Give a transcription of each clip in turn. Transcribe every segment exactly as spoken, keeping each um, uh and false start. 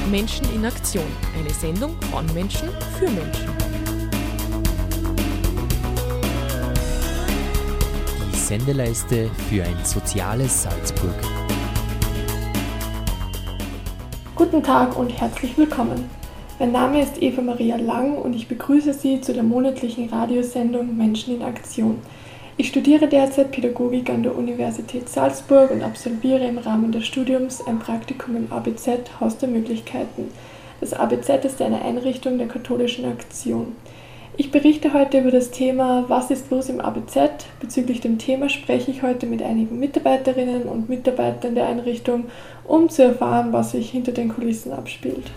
Menschen in Aktion. Eine Sendung von Menschen für Menschen. Die Sendeleiste für ein soziales Salzburg. Guten Tag und herzlich willkommen. Mein Name ist Eva Maria Lang und ich begrüße Sie zu der monatlichen Radiosendung Menschen in Aktion. Ich studiere derzeit Pädagogik an der Universität Salzburg und absolviere im Rahmen des Studiums ein Praktikum im A B Z Haus der Möglichkeiten. Das A B Z ist eine Einrichtung der Katholischen Aktion. Ich berichte heute über das Thema Was ist los im A B Z? Bezüglich dem Thema spreche ich heute mit einigen Mitarbeiterinnen und Mitarbeitern der Einrichtung, um zu erfahren, was sich hinter den Kulissen abspielt.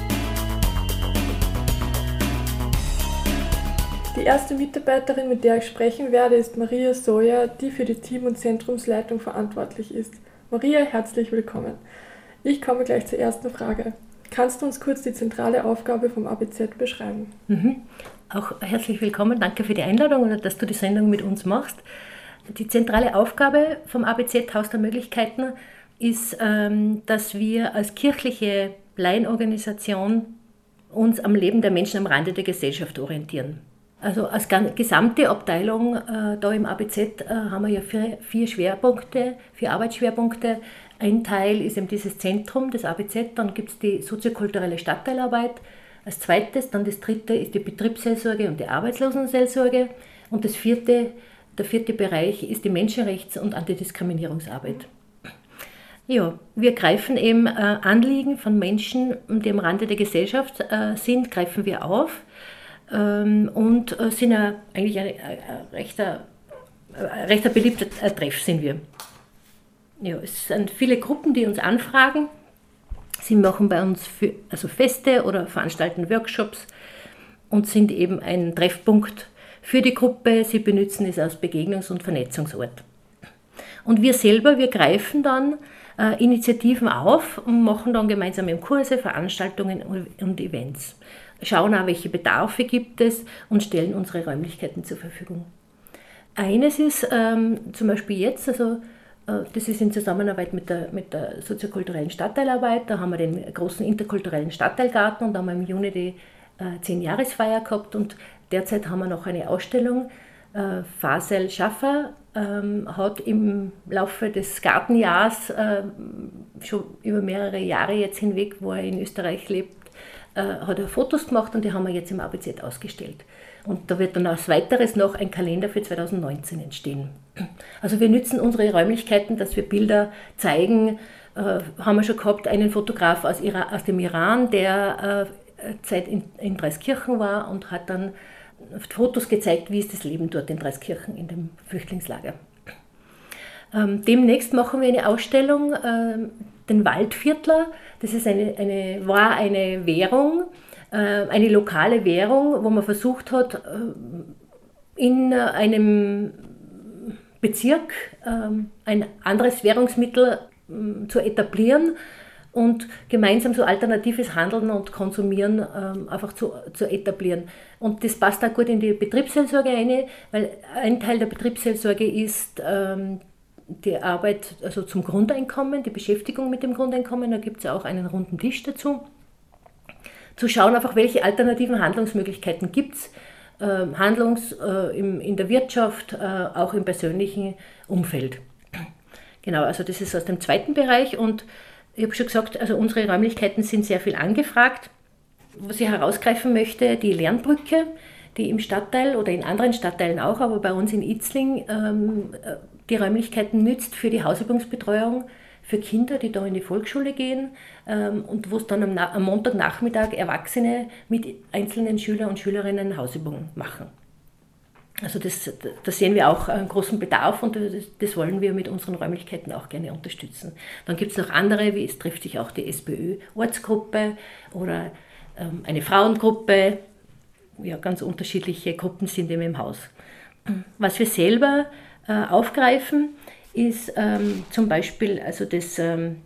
Die erste Mitarbeiterin, mit der ich sprechen werde, ist Maria Sawyer, die für die Team- und Zentrumsleitung verantwortlich ist. Maria, herzlich willkommen. Ich komme gleich zur ersten Frage. Kannst du uns kurz die zentrale Aufgabe vom A B Z beschreiben? Mhm. Auch herzlich willkommen, danke für die Einladung und dass du die Sendung mit uns machst. Die zentrale Aufgabe vom A B Z Haus der Möglichkeiten ist, dass wir als kirchliche Laienorganisation uns am Leben der Menschen am Rande der Gesellschaft orientieren. Also als gesamte Abteilung äh, da im A B Z äh, haben wir ja vier, vier Schwerpunkte, vier Arbeitsschwerpunkte. Ein Teil ist eben dieses Zentrum des A B Z, dann gibt es die soziokulturelle Stadtteilarbeit. Als zweites, dann das dritte ist die Betriebsseelsorge und die Arbeitslosenseelsorge. Und das vierte, der vierte Bereich ist die Menschenrechts- und Antidiskriminierungsarbeit. Ja, wir greifen eben äh, Anliegen von Menschen, die am Rande der Gesellschaft äh, sind, greifen wir auf. Und sind ja eigentlich ein, ein, rechter, ein rechter beliebter Treff sind wir. Ja, es sind viele Gruppen, die uns anfragen. Sie machen bei uns für, also Feste oder veranstalten Workshops und sind eben ein Treffpunkt für die Gruppe. Sie benutzen es als Begegnungs- und Vernetzungsort. Und wir selber, wir greifen dann äh, Initiativen auf und machen dann gemeinsam Kurse, Veranstaltungen und, und Events. Schauen auch, welche Bedarfe gibt es und stellen unsere Räumlichkeiten zur Verfügung. Eines ist ähm, zum Beispiel jetzt, also äh, das ist in Zusammenarbeit mit der, mit der soziokulturellen Stadtteilarbeit, da haben wir den großen interkulturellen Stadtteilgarten und da haben wir im Juni die äh, zehn-Jahresfeier gehabt und derzeit haben wir noch eine Ausstellung. Äh, Fasel Schaffer ähm, hat im Laufe des Gartenjahrs äh, schon über mehrere Jahre jetzt hinweg, wo er in Österreich lebt, hat er Fotos gemacht und die haben wir jetzt im A B Z ausgestellt. Und da wird dann als weiteres noch ein Kalender für zweitausendneunzehn entstehen. Also wir nutzen unsere Räumlichkeiten, dass wir Bilder zeigen. Äh, haben wir schon gehabt, einen Fotograf aus, Ira- aus dem Iran, der äh, Zeit in, in Dreiskirchen war und hat dann Fotos gezeigt, wie ist das Leben dort in Dreiskirchen in dem Flüchtlingslager. Ähm, demnächst machen wir eine Ausstellung, äh, den Waldviertler. Das ist eine, eine, war eine Währung, äh, eine lokale Währung, wo man versucht hat, äh, in einem Bezirk äh, ein anderes Währungsmittel äh, zu etablieren und gemeinsam so alternatives Handeln und Konsumieren äh, einfach zu, zu etablieren. Und das passt auch gut in die Betriebsseelsorge rein, weil ein Teil der Betriebsseelsorge ist ähm, die Arbeit also zum Grundeinkommen, die Beschäftigung mit dem Grundeinkommen, da gibt es ja auch einen runden Tisch dazu. Zu schauen einfach, welche alternativen Handlungsmöglichkeiten gibt es, äh, Handlungs äh, im, in der Wirtschaft, äh, auch im persönlichen Umfeld. Genau, also das ist aus dem zweiten Bereich und ich habe schon gesagt, also unsere Räumlichkeiten sind sehr viel angefragt. Was ich herausgreifen möchte, die Lernbrücke, die im Stadtteil oder in anderen Stadtteilen auch, aber bei uns in Itzling ähm, die Räumlichkeiten nützt für die Hausübungsbetreuung für Kinder, die da in die Volksschule gehen ähm, und wo es dann am, Na- am Montagnachmittag Erwachsene mit einzelnen Schüler und Schülerinnen Hausübungen machen. Also das, da sehen wir auch einen großen Bedarf und das, das wollen wir mit unseren Räumlichkeiten auch gerne unterstützen. Dann gibt es noch andere, wie es trifft sich auch die SPÖ-Ortsgruppe oder ähm, eine Frauengruppe. Ja, ganz unterschiedliche Gruppen sind eben im Haus. Was wir selber äh, aufgreifen, ist ähm, zum Beispiel also das ähm,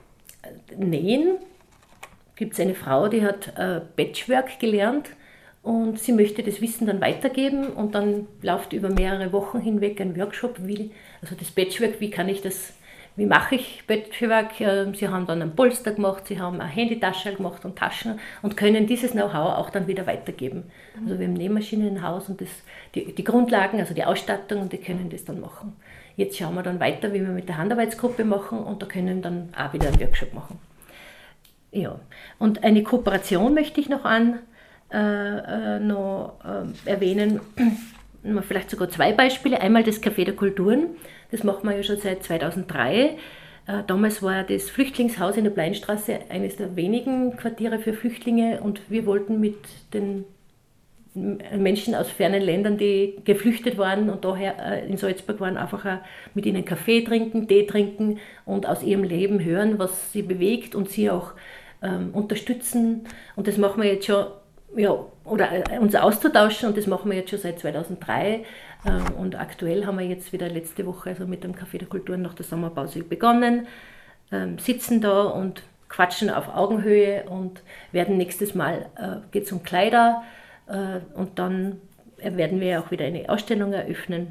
Nähen. Gibt es eine Frau, die hat äh, Patchwork gelernt und sie möchte das Wissen dann weitergeben und dann läuft über mehrere Wochen hinweg ein Workshop, wie, also das Patchwork, wie kann ich das wie mache ich Bettfeuerwerk. Sie haben dann ein Polster gemacht, sie haben eine Handytasche gemacht und Taschen und können dieses Know-how auch dann wieder weitergeben. Mhm. Also wir haben Nähmaschinen im Haus und das, die, die Grundlagen, also die Ausstattung, und die können das dann machen. Jetzt schauen wir dann weiter, wie wir mit der Handarbeitsgruppe machen, und da können wir dann auch wieder einen Workshop machen. Ja, und eine Kooperation möchte ich noch an äh, noch äh, erwähnen. Vielleicht sogar zwei Beispiele. Einmal das Café der Kulturen. Das machen wir ja schon seit zweitausenddrei. Äh, damals war das Flüchtlingshaus in der Pleinstraße eines der wenigen Quartiere für Flüchtlinge, und wir wollten mit den Menschen aus fernen Ländern, die geflüchtet waren und daher äh, in Salzburg waren, einfach auch mit ihnen Kaffee trinken, Tee trinken und aus ihrem Leben hören, was sie bewegt, und sie auch ähm, unterstützen. Und das machen wir jetzt schon, ja, oder äh, uns auszutauschen, und das machen wir jetzt schon seit zweitausenddrei. Ähm, und aktuell haben wir jetzt wieder letzte Woche also mit dem Café der Kulturen nach der Sommerpause begonnen, ähm, sitzen da und quatschen auf Augenhöhe und werden nächstes Mal, äh, geht es um Kleider, äh, und dann werden wir auch wieder eine Ausstellung eröffnen.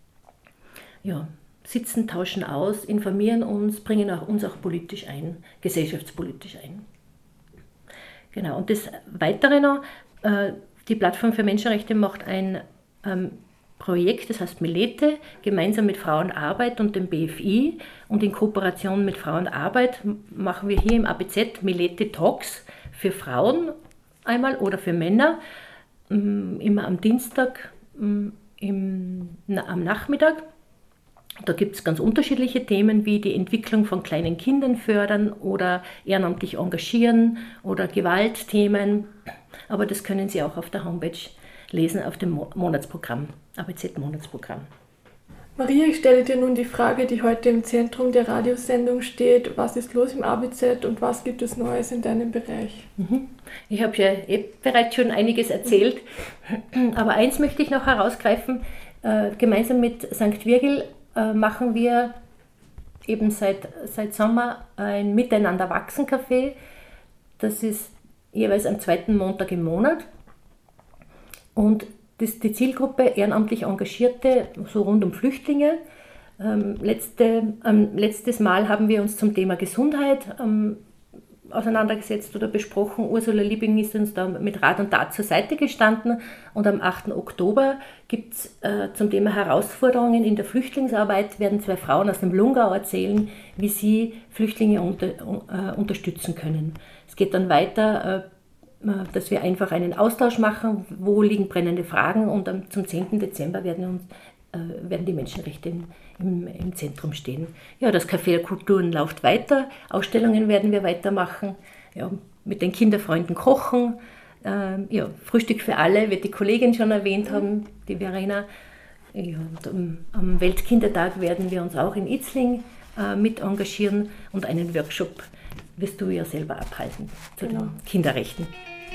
Ja, sitzen, tauschen aus, informieren uns, bringen auch uns auch politisch ein, gesellschaftspolitisch ein. Genau, und das Weitere noch, äh, die Plattform für Menschenrechte macht ein ähm, Projekt, das heißt Melete, gemeinsam mit Frauenarbeit und dem B F I, und in Kooperation mit Frauenarbeit machen wir hier im A B Z Melete Talks für Frauen einmal oder für Männer, immer am Dienstag im, na, am Nachmittag. Da gibt es ganz unterschiedliche Themen wie die Entwicklung von kleinen Kindern fördern oder ehrenamtlich engagieren oder Gewaltthemen. Aber das können Sie auch auf der Homepage lesen, auf dem Monatsprogramm, A B Z-Monatsprogramm. Maria, ich stelle dir nun die Frage, die heute im Zentrum der Radiosendung steht. Was ist los im A B Z und was gibt es Neues in deinem Bereich? Ich habe ja eh bereits schon einiges erzählt, aber eins möchte ich noch herausgreifen. Äh, gemeinsam mit Sankt Virgil äh, machen wir eben seit, seit Sommer ein Miteinander-Wachsen-Café. Das ist jeweils am zweiten Montag im Monat. Und das ist die Zielgruppe ehrenamtlich Engagierte, so rund um Flüchtlinge. Ähm, letzte, ähm, letztes Mal haben wir uns zum Thema Gesundheit ähm, auseinandergesetzt oder besprochen. Ursula Liebing ist uns da mit Rat und Tat zur Seite gestanden. Und am achten Oktober gibt es äh, zum Thema Herausforderungen in der Flüchtlingsarbeit, werden zwei Frauen aus dem Lungau erzählen, wie sie Flüchtlinge unter, äh, unterstützen können. Es geht dann weiter, äh, dass wir einfach einen Austausch machen, wo liegen brennende Fragen, und am, zum zehnten Dezember werden, uns, äh, werden die Menschenrechte im, im, im Zentrum stehen. Ja, das Café der Kulturen läuft weiter, Ausstellungen werden wir weitermachen, ja, mit den Kinderfreunden kochen, äh, ja, Frühstück für alle, wird die Kollegin schon erwähnt haben, die Verena. Ja, und am, am Weltkindertag werden wir uns auch in Itzling äh, mit engagieren, und einen Workshop wirst du ja selber abhalten zu genau. den Kinderrechten.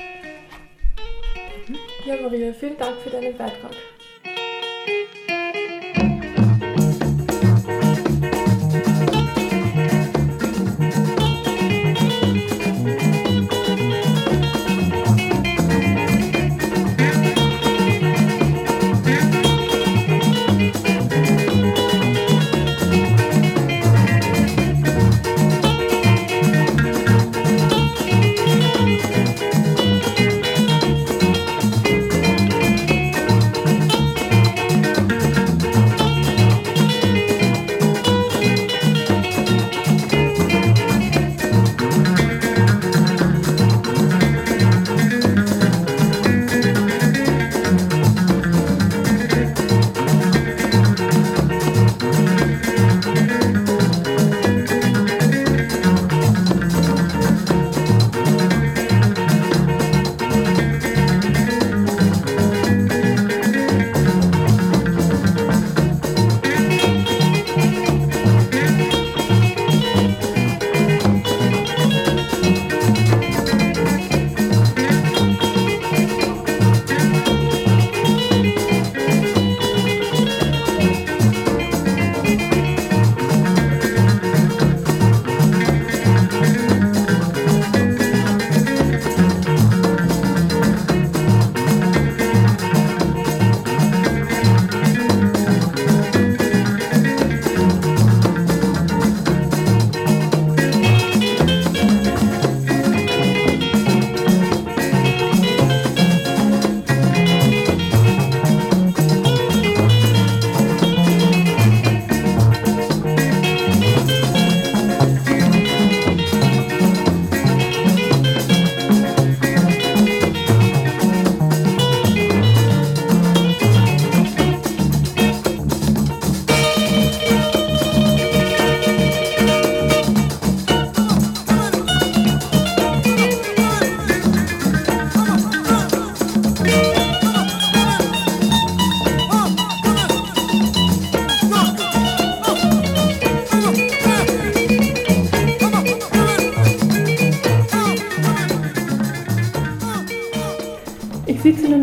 Ja, Maria, vielen Dank für deinen Beitrag.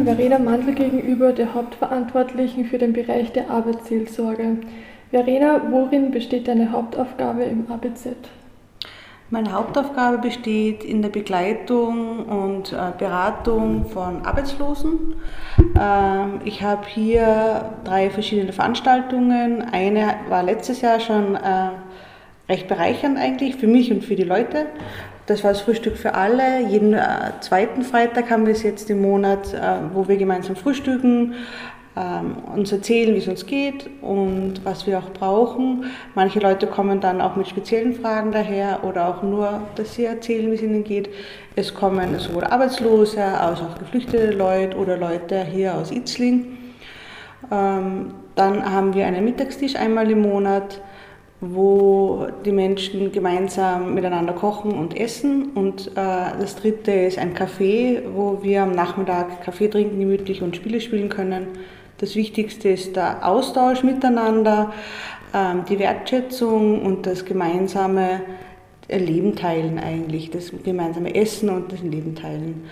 bin Verena Mandl gegenüber, der Hauptverantwortlichen für den Bereich der Arbeitsseelsorge. Verena, worin besteht deine Hauptaufgabe im A B Z? Meine Hauptaufgabe besteht in der Begleitung und äh, Beratung von Arbeitslosen. Ähm, ich habe hier drei verschiedene Veranstaltungen. Eine war letztes Jahr schon äh, recht bereichernd eigentlich für mich und für die Leute. Das war das Frühstück für alle. Jeden äh, zweiten Freitag haben wir es jetzt im Monat, äh, wo wir gemeinsam frühstücken, äh, uns erzählen, wie es uns geht und was wir auch brauchen. Manche Leute kommen dann auch mit speziellen Fragen daher oder auch nur, dass sie erzählen, wie es ihnen geht. Es kommen sowohl Arbeitslose als auch geflüchtete Leute oder Leute hier aus Itzling. Ähm, dann haben wir einen Mittagstisch einmal im Monat, wo die Menschen gemeinsam miteinander kochen und essen. Und äh, das dritte ist ein Café, wo wir am Nachmittag Kaffee trinken, gemütlich und Spiele spielen können. Das Wichtigste ist der Austausch miteinander, äh, die Wertschätzung und das gemeinsame Leben teilen eigentlich, das gemeinsame Essen und das Leben teilen.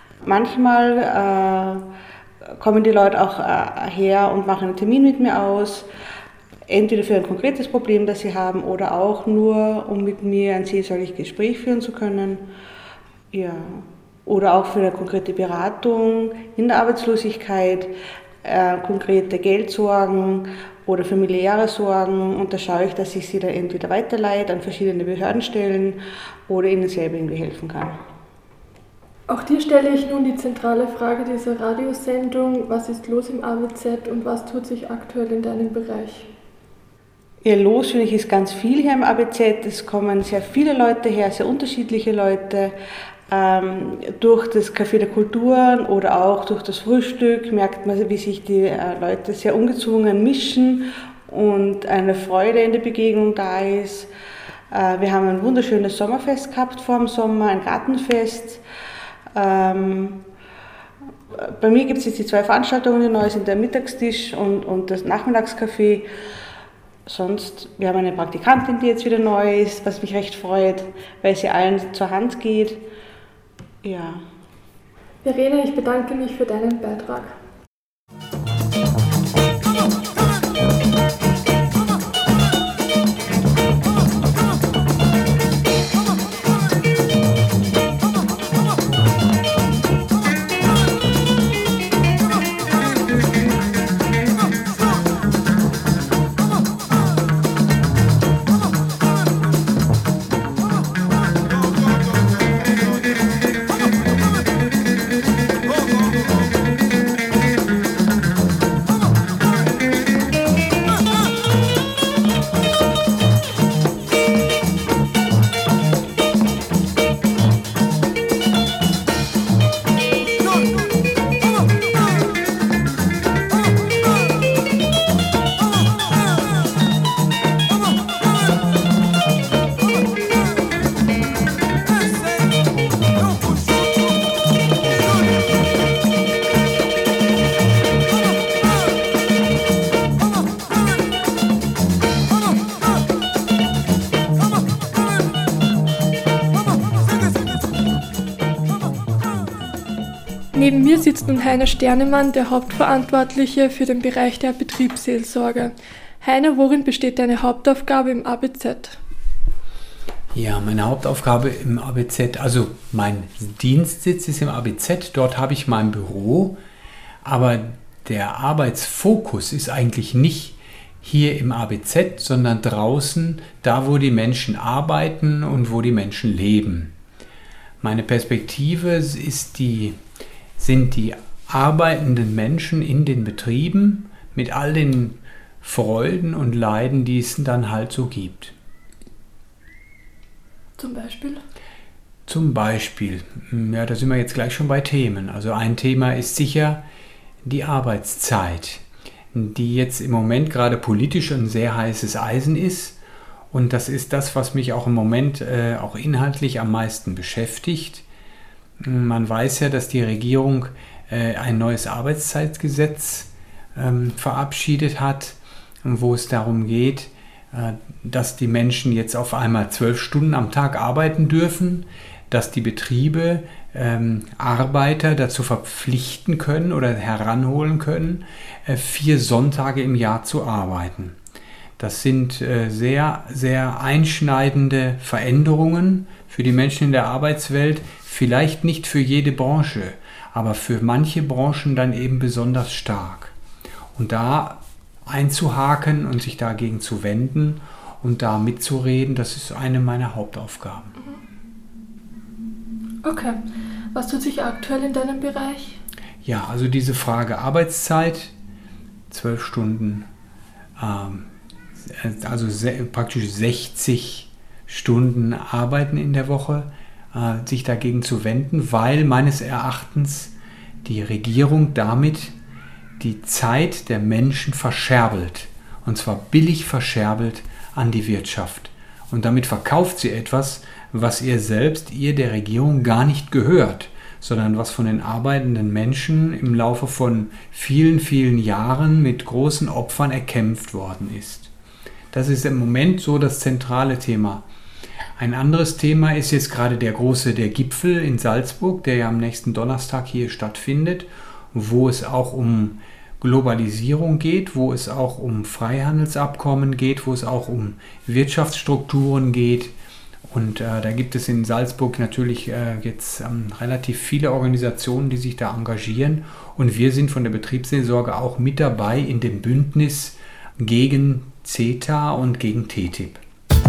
Manchmal äh, kommen die Leute auch äh, her und machen einen Termin mit mir aus. Entweder für ein konkretes Problem, das sie haben, oder auch nur, um mit mir ein seelsorgliches Gespräch führen zu können. Ja. Oder auch für eine konkrete Beratung in der Arbeitslosigkeit, äh, konkrete Geldsorgen oder familiäre Sorgen. Und da schaue ich, dass ich sie dann entweder weiterleite an verschiedene Behördenstellen oder ihnen selber irgendwie helfen kann. Auch dir stelle ich nun die zentrale Frage dieser Radiosendung. Was ist los im A B Z und was tut sich aktuell in deinem Bereich? Ja, los finde ich ist ganz viel hier im A B Z. Es kommen sehr viele Leute her, sehr unterschiedliche Leute. Ähm, durch das Café der Kulturen oder auch durch das Frühstück merkt man, wie sich die äh, Leute sehr ungezwungen mischen und eine Freude in der Begegnung da ist. Äh, wir haben ein wunderschönes Sommerfest gehabt vor dem Sommer, ein Gartenfest. Ähm, bei mir gibt es jetzt die zwei Veranstaltungen, die neu sind, der Mittagstisch und, und das Nachmittagscafé. Sonst, wir haben eine Praktikantin, die jetzt wieder neu ist, was mich recht freut, weil sie allen zur Hand geht. Ja. Verena, ich bedanke mich für deinen Beitrag. Neben mir sitzt nun Heiner Sternemann, der Hauptverantwortliche für den Bereich der Betriebsseelsorge. Heiner, worin besteht deine Hauptaufgabe im A B Z? Ja, meine Hauptaufgabe im A B Z, also mein Dienstsitz ist im A B Z, dort habe ich mein Büro, aber der Arbeitsfokus ist eigentlich nicht hier im A B Z, sondern draußen, da wo die Menschen arbeiten und wo die Menschen leben. Meine Perspektive ist die, sind die arbeitenden Menschen in den Betrieben mit all den Freuden und Leiden, die es dann halt so gibt. Zum Beispiel? Zum Beispiel, ja, da sind wir jetzt gleich schon bei Themen. Also ein Thema ist sicher die Arbeitszeit, die jetzt im Moment gerade politisch ein sehr heißes Eisen ist. Und das ist das, was mich auch im Moment äh, auch inhaltlich am meisten beschäftigt. Man weiß ja, dass die Regierung äh, ein neues Arbeitszeitgesetz ähm, verabschiedet hat, wo es darum geht, äh, dass die Menschen jetzt auf einmal zwölf Stunden am Tag arbeiten dürfen, dass die Betriebe ähm, Arbeiter dazu verpflichten können oder heranholen können, äh, vier Sonntage im Jahr zu arbeiten. Das sind äh, sehr, sehr einschneidende Veränderungen für die Menschen in der Arbeitswelt, vielleicht nicht für jede Branche, aber für manche Branchen dann eben besonders stark. Und da einzuhaken und sich dagegen zu wenden und da mitzureden, das ist eine meiner Hauptaufgaben. Okay. Was tut sich aktuell in deinem Bereich? Ja, also diese Frage Arbeitszeit, zwölf Stunden, ähm, also se- praktisch sechzig Stunden Arbeiten in der Woche, äh, sich dagegen zu wenden, weil meines Erachtens die Regierung damit die Zeit der Menschen verscherbelt, und zwar billig verscherbelt an die Wirtschaft. Und damit verkauft sie etwas, was ihr selbst, ihr der Regierung gar nicht gehört, sondern was von den arbeitenden Menschen im Laufe von vielen, vielen Jahren mit großen Opfern erkämpft worden ist. Das ist im Moment so das zentrale Thema. Ein anderes Thema ist jetzt gerade der große, der Gipfel in Salzburg, der ja am nächsten Donnerstag hier stattfindet, wo es auch um Globalisierung geht, wo es auch um Freihandelsabkommen geht, wo es auch um Wirtschaftsstrukturen geht. Und äh, da gibt es in Salzburg natürlich äh, jetzt ähm, relativ viele Organisationen, die sich da engagieren. Und wir sind von der Betriebsseelsorge auch mit dabei in dem Bündnis gegen CETA und gegen T T I P.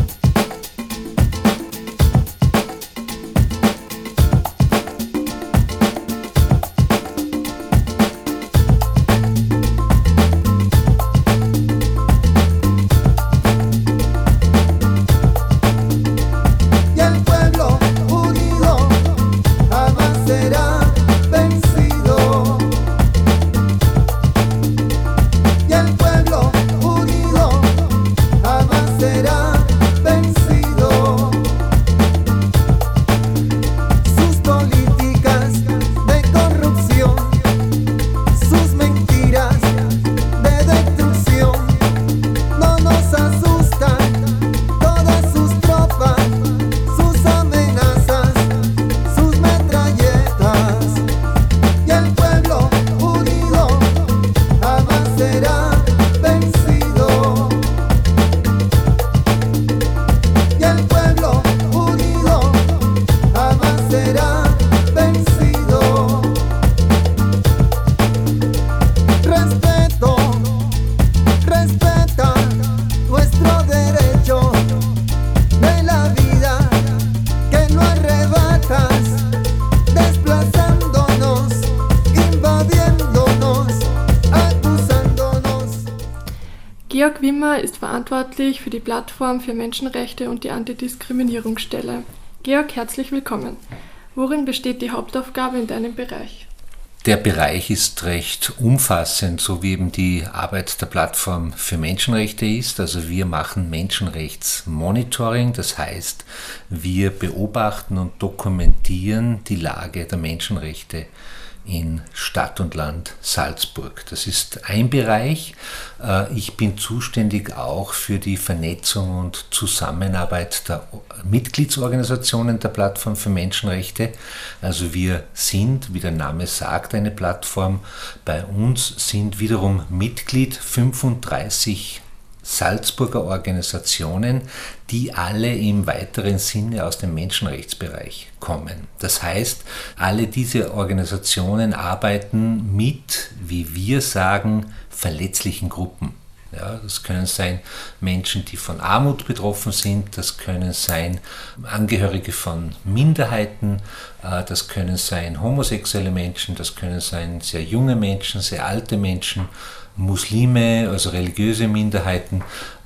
Georg Wimmer ist verantwortlich für die Plattform für Menschenrechte und die Antidiskriminierungsstelle. Georg, herzlich willkommen. Worin besteht die Hauptaufgabe in deinem Bereich? Der Bereich ist recht umfassend, so wie eben die Arbeit der Plattform für Menschenrechte ist. Also wir machen Menschenrechtsmonitoring, das heißt, wir beobachten und dokumentieren die Lage der Menschenrechte in Stadt und Land Salzburg. Das ist ein Bereich. Ich bin zuständig auch für die Vernetzung und Zusammenarbeit der Mitgliedsorganisationen der Plattform für Menschenrechte. Also wir sind, wie der Name sagt, eine Plattform. Bei uns sind wiederum Mitglied fünfunddreißig Salzburger Organisationen, die alle im weiteren Sinne aus dem Menschenrechtsbereich kommen. Das heißt, alle diese Organisationen arbeiten mit, wie wir sagen, verletzlichen Gruppen. Ja, das können sein Menschen, die von Armut betroffen sind, das können sein Angehörige von Minderheiten, das können sein homosexuelle Menschen, das können sein sehr junge Menschen, sehr alte Menschen, Muslime, also religiöse Minderheiten,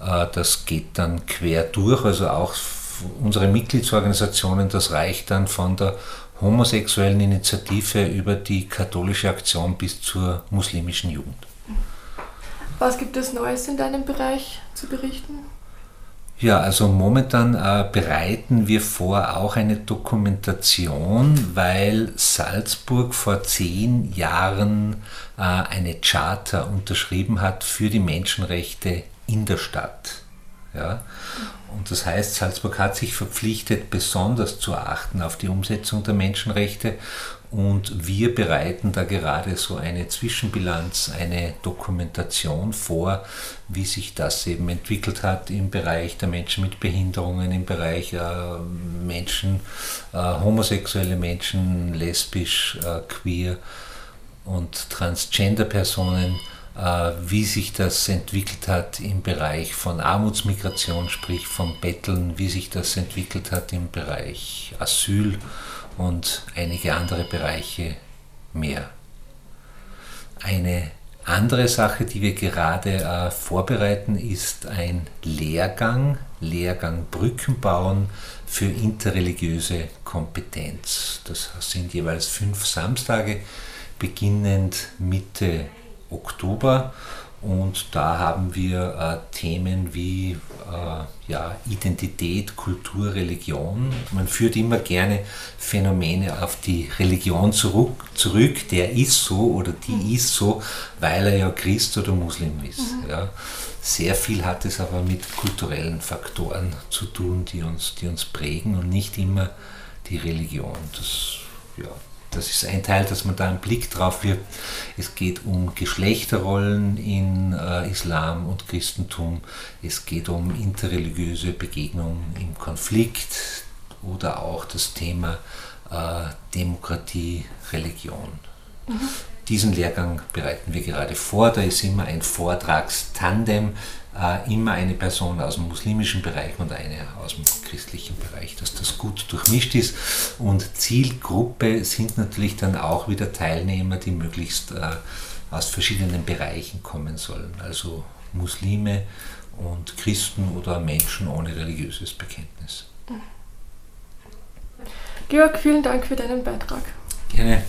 das geht dann quer durch, also auch unsere Mitgliedsorganisationen, das reicht dann von der homosexuellen Initiative über die katholische Aktion bis zur muslimischen Jugend. Was gibt es Neues in deinem Bereich zu berichten? Ja, also momentan äh, bereiten wir vor auch eine Dokumentation, weil Salzburg vor zehn Jahren äh, eine Charta unterschrieben hat für die Menschenrechte in der Stadt. Ja? Und das heißt, Salzburg hat sich verpflichtet, besonders zu achten auf die Umsetzung der Menschenrechte. Und wir bereiten da gerade so eine Zwischenbilanz, eine Dokumentation vor, wie sich das eben entwickelt hat im Bereich der Menschen mit Behinderungen, im Bereich äh, Menschen, äh, homosexuelle Menschen, lesbisch, äh, queer und Transgender-Personen, äh, wie sich das entwickelt hat im Bereich von Armutsmigration, sprich vom Betteln, wie sich das entwickelt hat im Bereich Asyl und einige andere Bereiche mehr. Eine andere Sache, die wir gerade äh, vorbereiten, ist ein Lehrgang, Lehrgang Brücken bauen für interreligiöse Kompetenz. Das sind jeweils fünf Samstage, beginnend Mitte Oktober. Und da haben wir äh, Themen wie äh, ja, Identität, Kultur, Religion. Man führt immer gerne Phänomene auf die Religion zurück, zurück. Der ist so oder die ist so, weil er ja Christ oder Muslim ist. Mhm. Ja. Sehr viel hat es aber mit kulturellen Faktoren zu tun, die uns, die uns prägen und nicht immer die Religion. Das, ja, Das ist ein Teil, dass man da einen Blick drauf wirft. Es geht um Geschlechterrollen in äh, Islam und Christentum. Es geht um interreligiöse Begegnungen im Konflikt oder auch das Thema äh, Demokratie, Religion. Mhm. Diesen Lehrgang bereiten wir gerade vor. Da ist immer ein Vortragstandem, äh, immer eine Person aus dem muslimischen Bereich und eine aus dem christlichen Bereich, dass das gut durchmischt ist. Und Zielgruppe sind natürlich dann auch wieder Teilnehmer, die möglichst äh, aus verschiedenen Bereichen kommen sollen. Also Muslime und Christen oder Menschen ohne religiöses Bekenntnis. Georg, vielen Dank für deinen Beitrag. Gerne.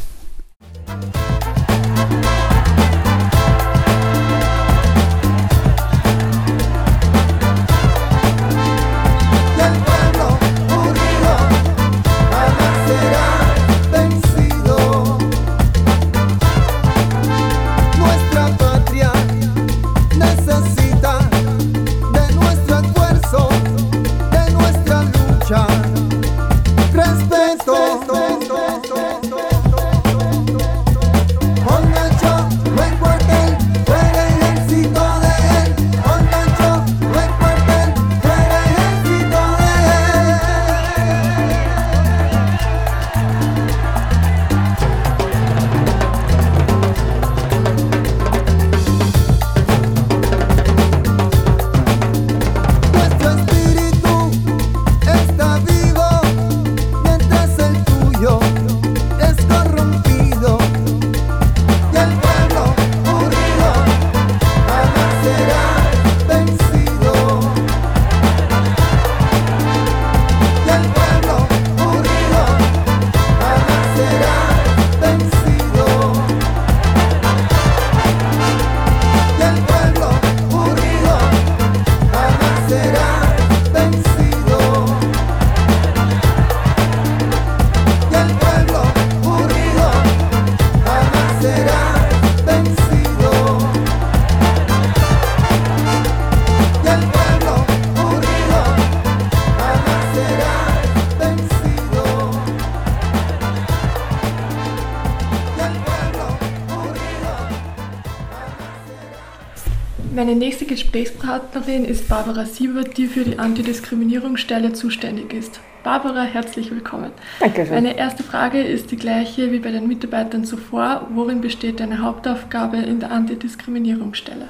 Meine nächste Gesprächspartnerin ist Barbara Siebert, die für die Antidiskriminierungsstelle zuständig ist. Barbara, herzlich willkommen. Danke schön. Meine erste Frage ist die gleiche wie bei den Mitarbeitern zuvor. Worin besteht deine Hauptaufgabe in der Antidiskriminierungsstelle?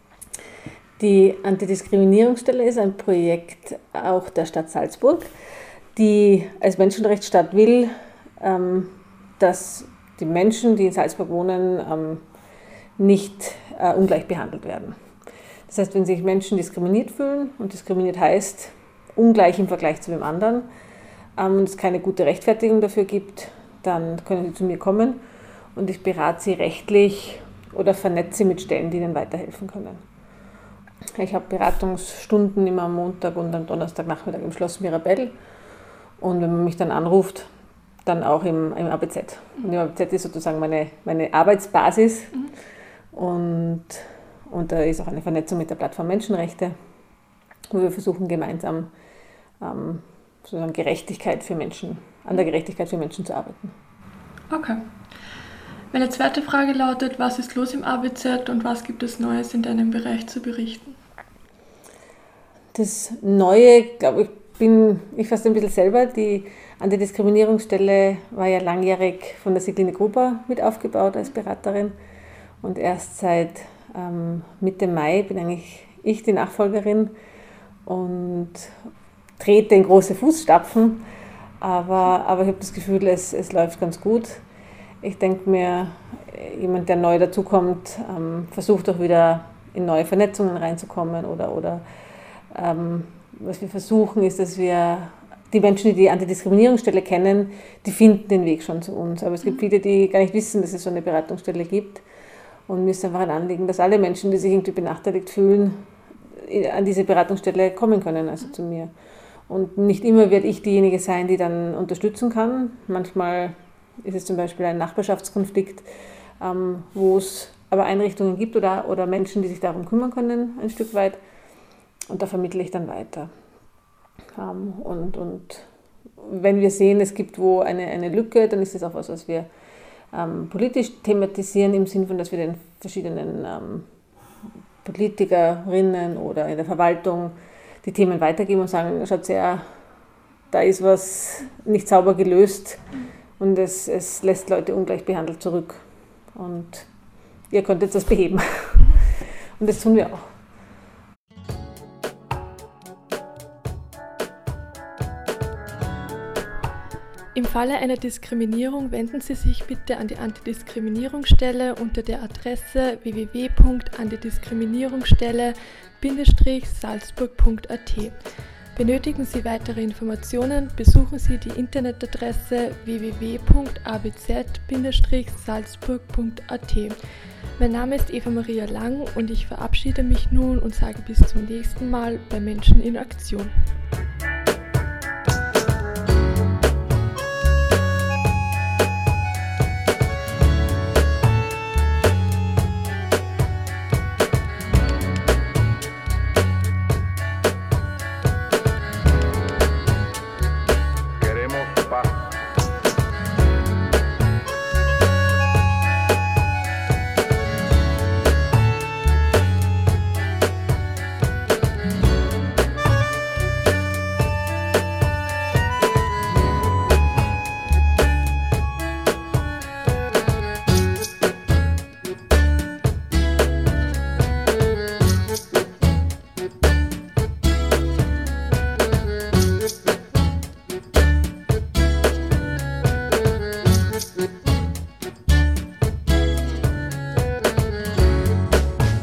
Die Antidiskriminierungsstelle ist ein Projekt auch der Stadt Salzburg, die als Menschenrechtsstadt will, dass die Menschen, die in Salzburg wohnen, nicht ungleich behandelt werden. Das heißt, wenn sich Menschen diskriminiert fühlen, und diskriminiert heißt ungleich im Vergleich zu dem anderen, und es keine gute Rechtfertigung dafür gibt, dann können sie zu mir kommen und ich berate sie rechtlich oder vernetze sie mit Stellen, die ihnen weiterhelfen können. Ich habe Beratungsstunden immer am Montag und am Donnerstagnachmittag im Schloss Mirabell, und wenn man mich dann anruft, dann auch im, im A B Z. Und im A B Z ist sozusagen meine, meine Arbeitsbasis, mhm. und, und da ist auch eine Vernetzung mit der Plattform Menschenrechte. wo wir versuchen gemeinsam ähm, sozusagen Gerechtigkeit für Menschen, an der Gerechtigkeit für Menschen zu arbeiten. Okay. Meine zweite Frage lautet, was ist los im A B Z und was gibt es Neues in deinem Bereich zu berichten? Das Neue, glaube ich, bin ich fast ein bisschen selber. Die Antidiskriminierungsstelle war ja langjährig von der Sigline Gruber mit aufgebaut als Beraterin. Und erst seit ähm, Mitte Mai bin eigentlich ich die Nachfolgerin und trete in große Fußstapfen. Aber, aber ich habe das Gefühl, es, es läuft ganz gut. Ich denke mir, jemand, der neu dazukommt, ähm, versucht auch wieder in neue Vernetzungen reinzukommen. Oder, oder ähm, was wir versuchen, ist, dass wir die Menschen, die die Antidiskriminierungsstelle kennen, die finden den Weg schon zu uns. Aber es gibt viele, die gar nicht wissen, dass es so eine Beratungsstelle gibt. Und mir ist einfach ein Anliegen, dass alle Menschen, die sich irgendwie benachteiligt fühlen, an diese Beratungsstelle kommen können, also zu mir. Und nicht immer werde ich diejenige sein, die dann unterstützen kann. Manchmal ist es zum Beispiel ein Nachbarschaftskonflikt, ähm, wo es aber Einrichtungen gibt oder, oder Menschen, die sich darum kümmern können, ein Stück weit. Und da vermittle ich dann weiter. Ähm, und, und wenn wir sehen, es gibt wo eine, eine Lücke, dann ist das auch was, was wir ähm, politisch thematisieren, im Sinne von, dass wir den verschiedenen ähm, Politikerinnen oder in der Verwaltung die Themen weitergeben und sagen, schaut her, da ist was nicht sauber gelöst. Und es, es lässt Leute ungleich behandelt zurück. Und ihr könnt jetzt das beheben. Und das tun wir auch. Im Falle einer Diskriminierung wenden Sie sich bitte an die Antidiskriminierungsstelle unter der Adresse w w w punkt antidiskriminierungsstelle Bindestrich salzburg punkt a t. Benötigen Sie weitere Informationen, besuchen Sie die Internetadresse w w w punkt a b z Bindestrich salzburg punkt a t. Mein Name ist Eva Maria Lang und ich verabschiede mich nun und sage bis zum nächsten Mal bei Menschen in Aktion.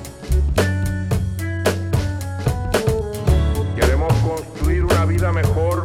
Mejor